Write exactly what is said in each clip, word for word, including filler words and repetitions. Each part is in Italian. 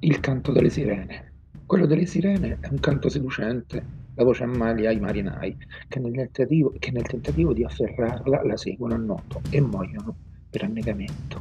Il canto delle sirene. Quello delle sirene è un canto seducente, la voce a mali ai marinai, che nel tentativo, che nel tentativo di afferrarla la seguono a nuoto e muoiono per annegamento.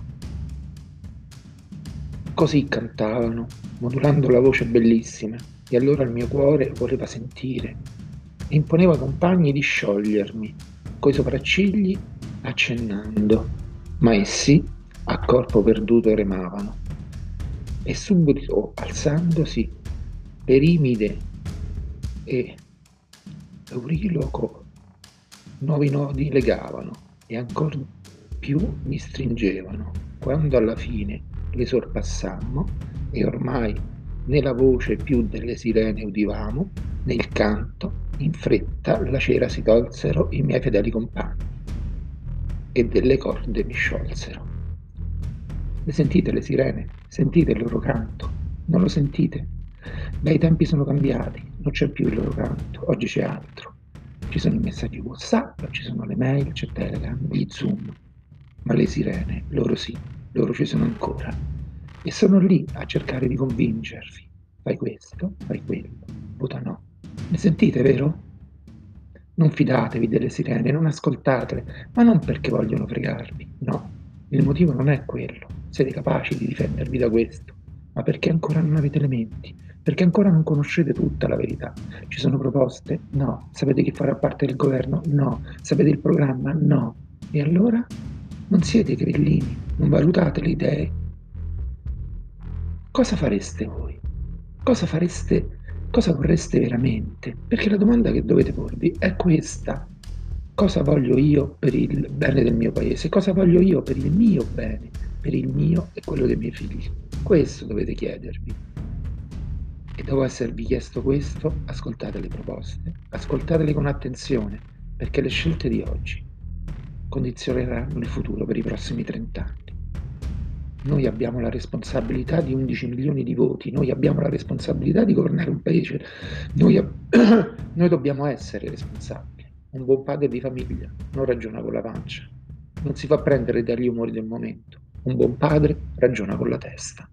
Così cantavano, modulando la voce bellissima, e allora il mio cuore voleva sentire, e imponeva ai compagni di sciogliermi, coi sopraccigli accennando, ma essi, a corpo perduto, remavano, e subito alzandosi, Perimide e Euriloco nuovi nodi legavano, e ancor più mi stringevano, quando alla fine le sorpassammo, e ormai né la voce più delle sirene udivamo, né il canto, in fretta la cera si tolsero i miei fedeli compagni, e delle corde mi sciolsero. Le sentite le sirene? Sentite il loro canto? Non lo sentite? Beh, i tempi sono cambiati, non c'è più il loro canto, oggi c'è altro. Ci sono i messaggi WhatsApp, ci sono le mail, c'è Telegram, gli Zoom. Ma le sirene, loro sì, loro ci sono ancora. E sono lì a cercare di convincervi. Fai questo, fai quello, vota no. Ne sentite, vero? Non fidatevi delle sirene, non ascoltatele, ma non perché vogliono fregarvi, no. Il motivo non è quello, siete capaci di difendervi da questo, ma perché ancora non avete le menti, perché ancora non conoscete tutta la verità. Ci sono proposte? No. Sapete chi farà parte del governo? No. Sapete il programma? No. E allora? Non siete grillini, non valutate le idee. Cosa fareste voi? Cosa fareste, cosa vorreste veramente? Perché la domanda che dovete porvi è questa: cosa voglio io per il bene del mio paese? Cosa voglio io per il mio bene, per il mio e quello dei miei figli? Questo dovete chiedervi. E dopo esservi chiesto questo, ascoltate le proposte, ascoltatele con attenzione, perché le scelte di oggi condizioneranno il futuro per i prossimi trent'anni. Noi abbiamo la responsabilità di undici milioni di voti, noi abbiamo la responsabilità di governare un paese, noi, noi dobbiamo essere responsabili. Un buon padre di famiglia non ragiona con la pancia, non si fa prendere dagli umori del momento. Un buon padre ragiona con la testa.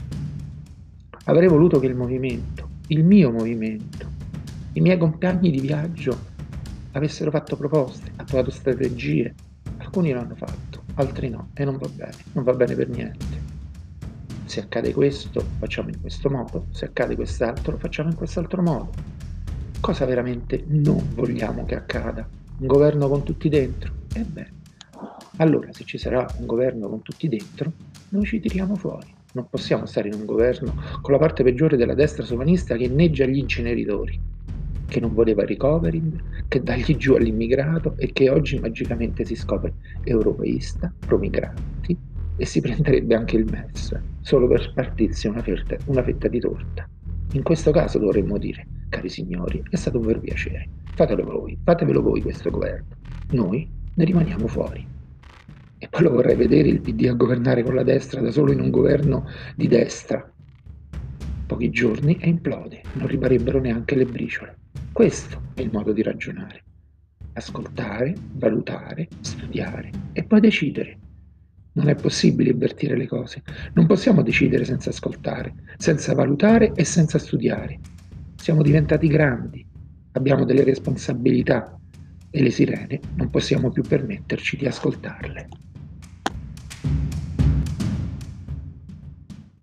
Avrei voluto che il movimento, il mio movimento, i miei compagni di viaggio avessero fatto proposte, attuato strategie. Alcuni l'hanno fatto, altri no, e non va bene, non va bene per niente. Se accade questo, facciamo in questo modo, se accade quest'altro, facciamo in quest'altro modo. Cosa veramente non vogliamo che accada? Un governo con tutti dentro? Ebbene, allora se ci sarà un governo con tutti dentro, noi ci tiriamo fuori. Non possiamo stare in un governo con la parte peggiore della destra sovranista che inneggia gli inceneritori, che non voleva il recovery, che dagli giù all'immigrato e che oggi magicamente si scopre europeista, pro-migranti e si prenderebbe anche il M E S solo per spartirsi una fetta, una fetta di torta. In questo caso dovremmo dire, cari signori, è stato un vero piacere, fatelo voi, fatevelo voi questo governo, noi ne rimaniamo fuori. E poi lo vorrei vedere il P D a governare con la destra da solo in un governo di destra. Pochi giorni e implode, non rimarrebbero neanche le briciole. Questo è il modo di ragionare. Ascoltare, valutare, studiare e poi decidere. Non è possibile invertire le cose. Non possiamo decidere senza ascoltare, senza valutare e senza studiare. Siamo diventati grandi, abbiamo delle responsabilità e le sirene non possiamo più permetterci di ascoltarle.